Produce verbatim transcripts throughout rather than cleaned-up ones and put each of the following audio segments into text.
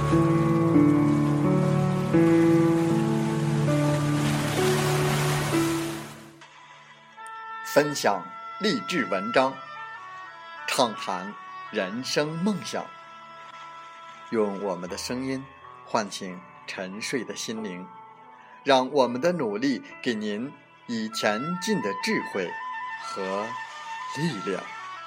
分享励志文章，畅谈人生梦想，用我们的声音唤醒沉睡的心灵，让我们的努力给您以前进的智慧和力量。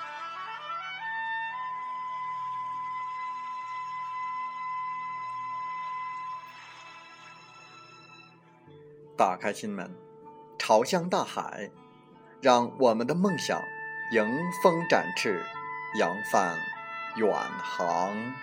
打开心门，朝向大海，让我们的梦想迎风展翅，扬帆远航。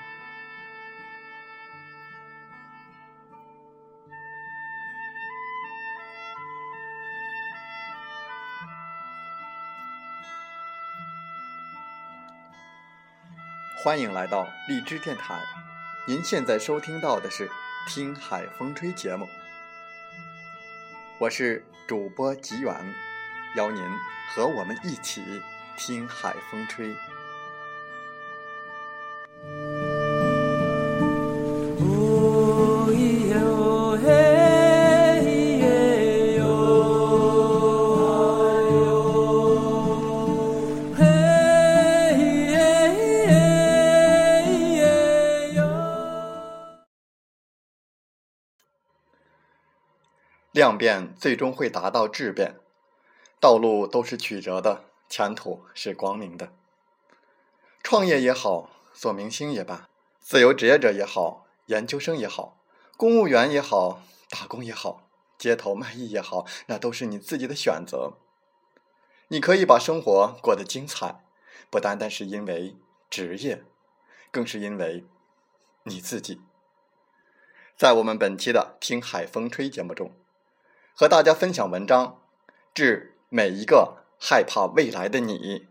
欢迎来到荔枝电台，您现在收听到的是听海风吹节目，我是主播吉远，邀您和我们一起听海风吹。量变最终会达到质变，道路都是曲折的，前途是光明的。创业也好，做明星也罢，自由职业者也好，研究生也好，公务员也好，打工也好，街头卖艺也好，那都是你自己的选择。你可以把生活过得精彩，不单单是因为职业，更是因为你自己。在我们本期的听海风吹节目中，和大家分享文章，致每一个害怕未来的你。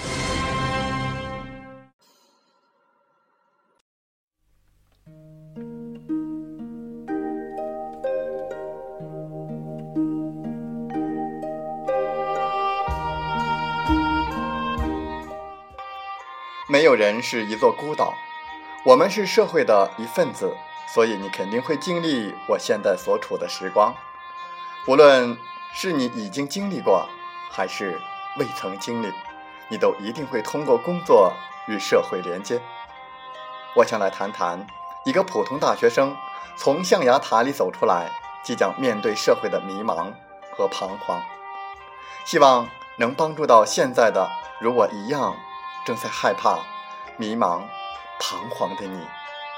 没有人是一座孤岛，我们是社会的一份子，所以你肯定会经历我现在所处的时光。无论是你已经经历过，还是未曾经历，你都一定会通过工作与社会连接。我想来谈谈一个普通大学生从象牙塔里走出来，即将面对社会的迷茫和彷徨，希望能帮助到现在的如我一样正在害怕、迷茫、彷徨的你。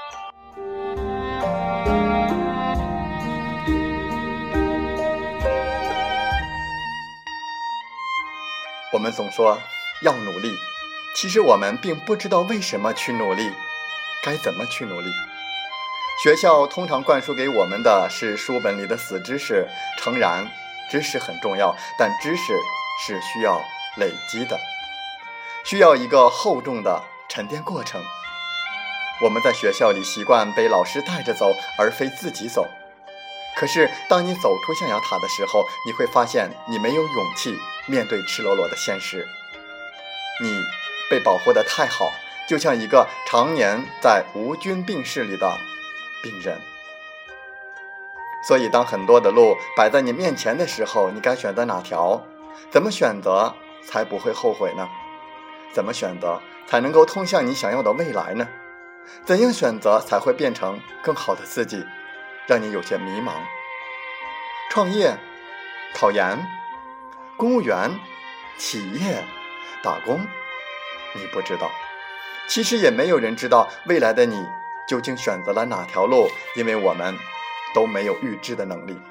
我们总说要努力，其实我们并不知道为什么去努力，该怎么去努力。学校通常灌输给我们的是书本里的死知识，诚然，知识很重要，但知识是需要累积的，需要一个厚重的沉淀过程。我们在学校里习惯被老师带着走，而非自己走。可是当你走出象牙塔的时候，你会发现你没有勇气面对赤裸裸的现实。你被保护得太好，就像一个常年在无菌病室里的病人。所以当很多的路摆在你面前的时候，你该选择哪条？怎么选择才不会后悔呢？怎么选择才能够通向你想要的未来呢？怎样选择才会变成更好的自己，让你有些迷茫？创业、考研、公务员、企业、打工，你不知道。其实也没有人知道未来的你究竟选择了哪条路，因为我们都没有预知的能力。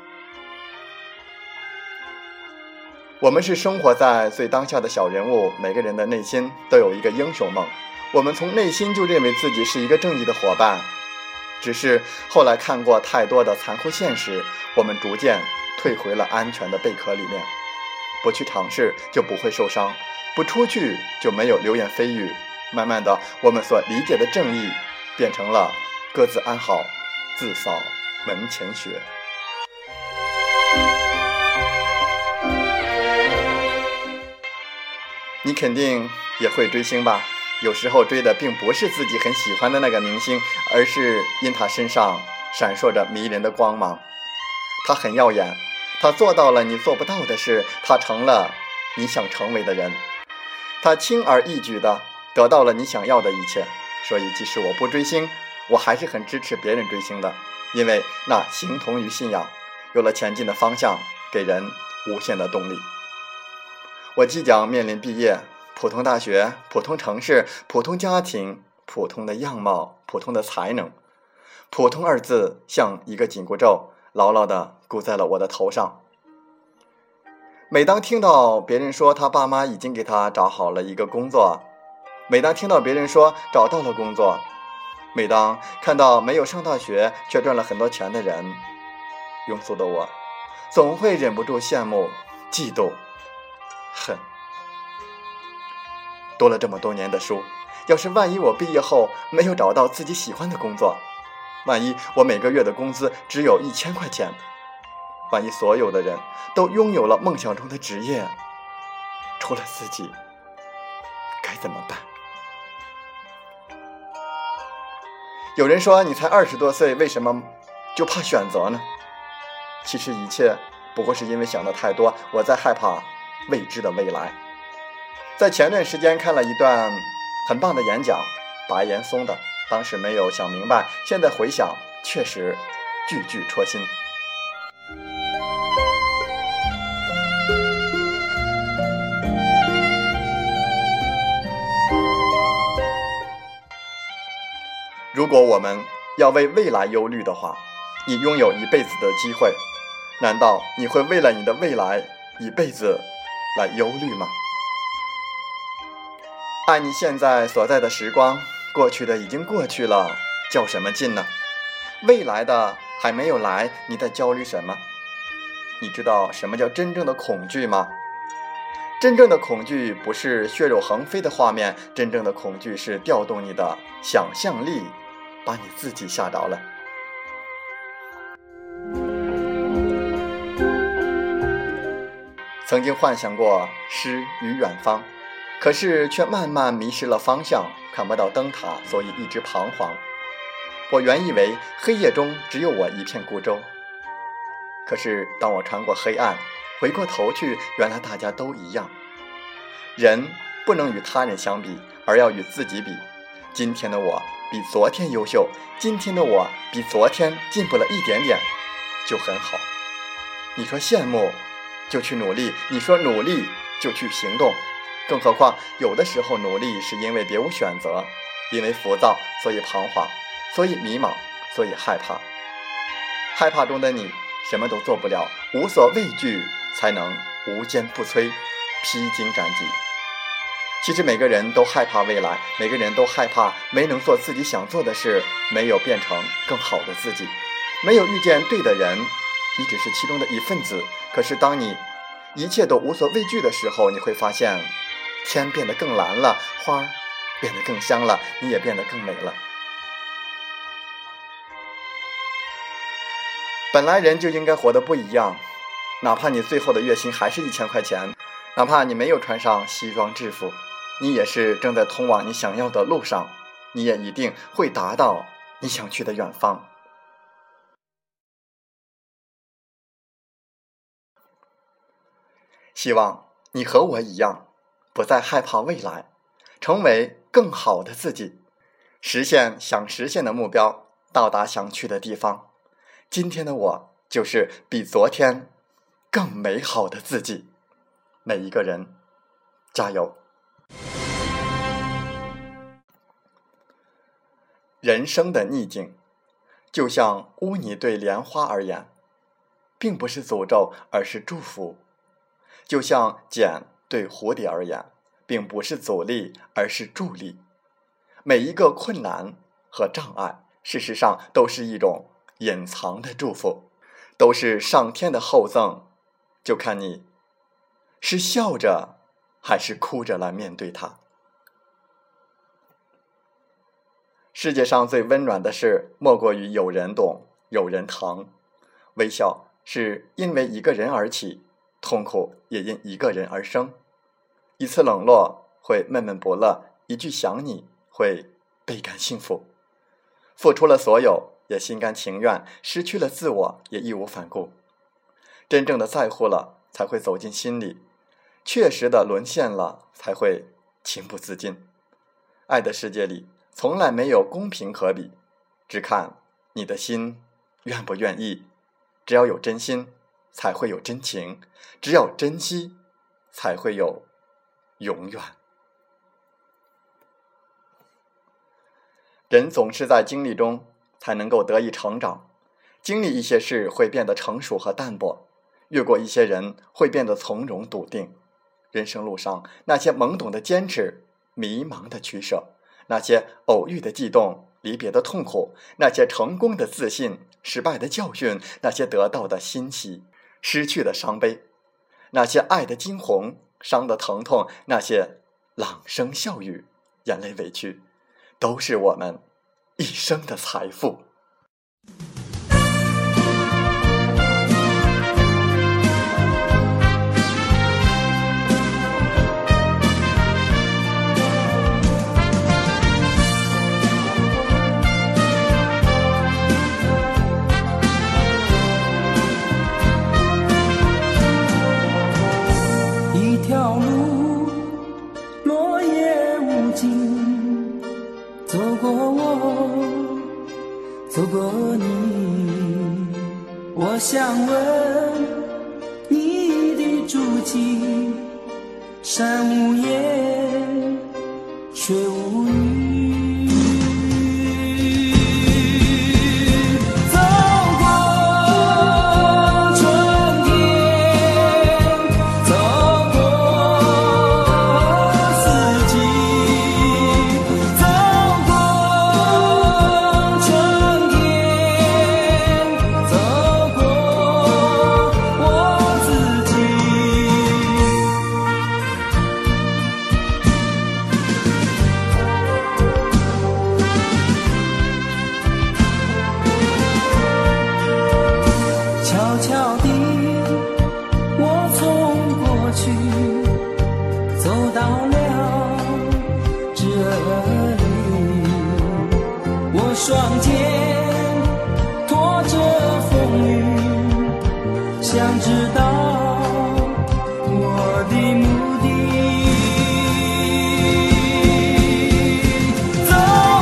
我们是生活在最当下的小人物，每个人的内心都有一个英雄梦，我们从内心就认为自己是一个正义的伙伴。只是后来看过太多的残酷现实，我们逐渐退回了安全的贝壳里面。不去尝试就不会受伤，不出去就没有流言蜚语。慢慢的，我们所理解的正义变成了各自安好，自扫门前雪。你肯定也会追星吧？ 有时候追的并不是自己很喜欢的那个明星，而是因他身上闪烁着迷人的光芒。他很耀眼，他做到了你做不到的事，他成了你想成为的人，他轻而易举的得到了你想要的一切。所以即使我不追星，我还是很支持别人追星的，因为那形同于信仰，有了前进的方向，给人无限的动力。我即将面临毕业，普通大学，普通城市，普通家庭，普通的样貌，普通的才能，普通二字像一个紧箍咒，牢牢地箍在了我的头上。每当听到别人说他爸妈已经给他找好了一个工作，每当听到别人说找到了工作，每当看到没有上大学却赚了很多钱的人，庸俗的我总会忍不住羡慕、嫉妒、恨。读了这么多年的书，要是万一我毕业后没有找到自己喜欢的工作，万一我每个月的工资只有一千块钱，万一所有的人都拥有了梦想中的职业，除了自己，该怎么办？有人说你才二十多岁，为什么就怕选择呢？其实一切不过是因为想的太多，我在害怕未知的未来。在前段时间看了一段很棒的演讲，白岩松的，当时没有想明白，现在回想确实句句戳心。如果我们要为未来忧虑的话，你拥有一辈子的机会，难道你会为了你的未来一辈子来忧虑吗？爱你现在所在的时光，过去的已经过去了，较什么劲呢？未来的还没有来，你在焦虑什么？你知道什么叫真正的恐惧吗？真正的恐惧不是血肉横飞的画面，真正的恐惧是调动你的想象力，把你自己吓着了。曾经幻想过诗与远方，可是却慢慢迷失了方向，看不到灯塔，所以一直彷徨。我原以为黑夜中只有我一片孤舟，可是当我穿过黑暗，回过头去，原来大家都一样。人不能与他人相比，而要与自己比。今天的我比昨天优秀，今天的我比昨天进步了一点点，就很好。你说羡慕就去努力，你说努力就去行动。更何况有的时候努力是因为别无选择，因为浮躁，所以彷徨，所以迷茫，所以害怕。害怕中的你什么都做不了，无所畏惧才能无坚不摧，披荆斩棘。其实每个人都害怕未来，每个人都害怕没能做自己想做的事，没有变成更好的自己，没有遇见对的人。你只是其中的一份子，可是当你一切都无所畏惧的时候，你会发现天变得更蓝了，花变得更香了，你也变得更美了。本来人就应该活得不一样，哪怕你最后的月薪还是一千块钱，哪怕你没有穿上西装制服，你也是正在通往你想要的路上，你也一定会达到你想去的远方。希望你和我一样，不再害怕未来，成为更好的自己，实现想实现的目标，到达想去的地方。今天的我就是比昨天更美好的自己。每一个人加油。人生的逆境就像污泥对莲花而言，并不是诅咒，而是祝福。就像茧对蝴蝶而言，并不是阻力，而是助力。每一个困难和障碍，事实上都是一种隐藏的祝福，都是上天的厚赠，就看你是笑着还是哭着来面对它。世界上最温暖的事，莫过于有人懂，有人疼。微笑是因为一个人而起，痛苦也因一个人而生。一次冷落会闷闷不乐， 一句想你会倍感幸福。付出了所有也心甘情愿，失去了自我也义无反顾。真正的在乎了才会走进心里，确实的沦陷了才会情不自禁。爱的世界里从来没有公平可比，只看你的心愿不愿意。只要有真心才会有真情，只有珍惜才会有永远。人总是在经历中才能够得以成长，经历一些事会变得成熟和淡泊，越过一些人会变得从容笃定。人生路上那些懵懂的坚持，迷茫的取舍，那些偶遇的悸动，离别的痛苦，那些成功的自信，失败的教训，那些得到的欣喜，失去的伤悲，那些爱的惊鸿，伤的疼痛，那些朗声笑语，眼泪委屈，都是我们一生的财富。 一条路，落叶无尽，走过我，走过你，我想问你的足迹，山无言，水无语。双肩拖着风雨，想知道我的目的。走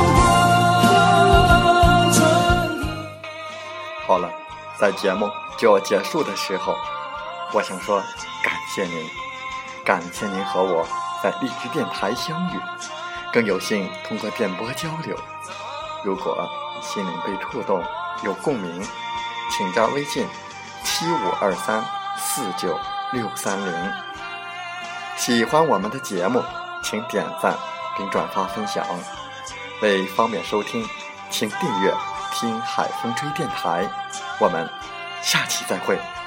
过春天。 好了，在节目就要结束的时候，我想说感谢您，感谢您和我在荔枝电台相遇，更有幸通过电波交流。如果心灵被触动，有共鸣，请加微信七五二三四九六三零。喜欢我们的节目，请点赞并转发分享。为方便收听，请订阅听海风吹电台。我们下期再会。